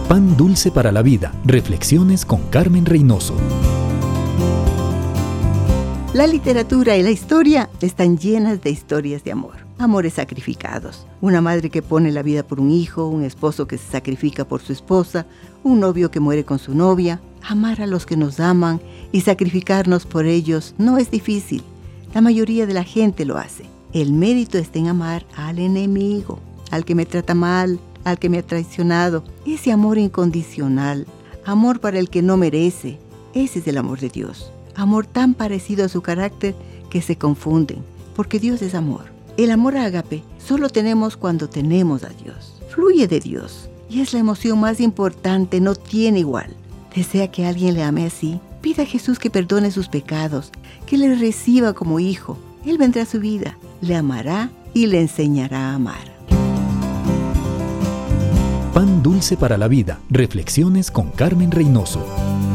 Pan dulce para la vida. Reflexiones con Carmen Reynoso. La literatura y la historia están llenas de historias de amor. Amores sacrificados. Una madre que pone la vida por un hijo, un esposo que se sacrifica por su esposa, un novio que muere con su novia. Amar a los que nos aman y sacrificarnos por ellos no es difícil. La mayoría de la gente lo hace. El mérito está en amar al enemigo, al que me trata mal, al que me ha traicionado. Ese amor incondicional, amor para el que no merece, ese es el amor de Dios. Amor tan parecido a su carácter que se confunden, porque Dios es amor. El amor ágape solo tenemos cuando tenemos a Dios. Fluye de Dios y es la emoción más importante, no tiene igual. ¿Desea que alguien le ame así? Pida a Jesús que perdone sus pecados, que le reciba como hijo. Él vendrá a su vida, le amará y le enseñará a amar. Pan dulce para la vida. Reflexiones con Carmen Reynoso.